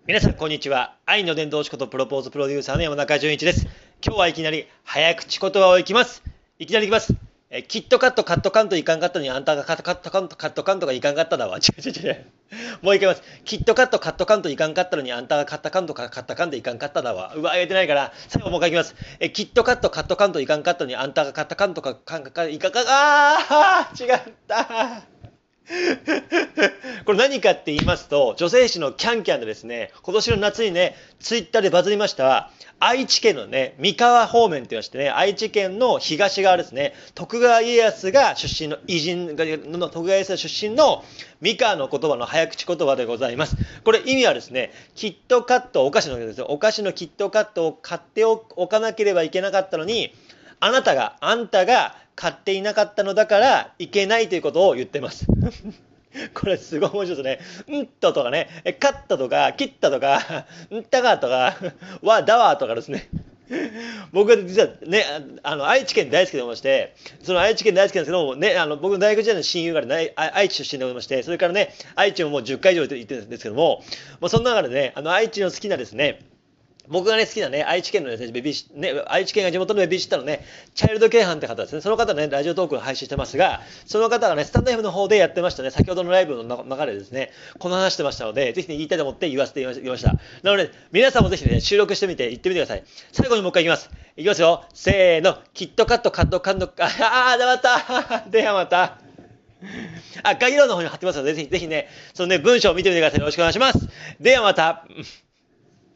皆さんこんにちは。愛の伝道師ことプロポーズプロデューサーの山中淳一です。今日はいきなり早口言葉をいきます。いきなりいきます。キットカットカットカントいかんかったのにあんたがカットカントカットカントがいかんかっただわ。違う違う違う。もう一回言います。キットカットカットカントいかんかったのにあんたがカットカントカットカントいかんかっただわ。うわ、言えてないから。最後もう一回いきます。キットカットカットカントいかんかったのにあんたがカットカントカいかんか違った。これ何かって言いますと、女性誌のキャンキャンでですね、今年の夏にね、ツイッターでバズりました、愛知県のね、三河方面って言いましてね、愛知県の東側ですね、徳川家康が出身の偉人の、徳川家康出身の三河の言葉の早口言葉でございます。これ意味はですね、キットカット、お菓子のですよ、お菓子のキットカットを買っておかなければいけなかったのに、あんたが買っていなかったのだからいけないということを言ってます。これすごい面白いですね。んととかね、カットとか、切ったとか、んたがとか、わ、だわとかですね。僕は実はね、愛知県大好きでおりまして、その愛知県大好きなんですけども、ね、僕の大学時代の親友が、ね、愛知出身でおりまして、それからね、愛知ももう10回以上行ってるんですけども、その中でね、愛知の好きなですね、僕がね、好きなね、愛知県のですね、愛知県が地元のベビーシッターのね、チャイルドケイハンって方ですね、その方ね、ラジオトークを配信してますが、その方がね、スタンド F の方でやってましたね、先ほどのライブの中でですね、この話してましたので、ぜひね、言いたいと思って言わせて言いました。なので、皆さんもぜひね、収録してみて、言ってみてください。最後にもう一回いきます。いきますよ。せーの、キットカット、カット、カット、また、ではまた。概要欄の方に貼ってますので、ぜひね、そのね、文章を見てみてください。よろしくお願いします。ではまた。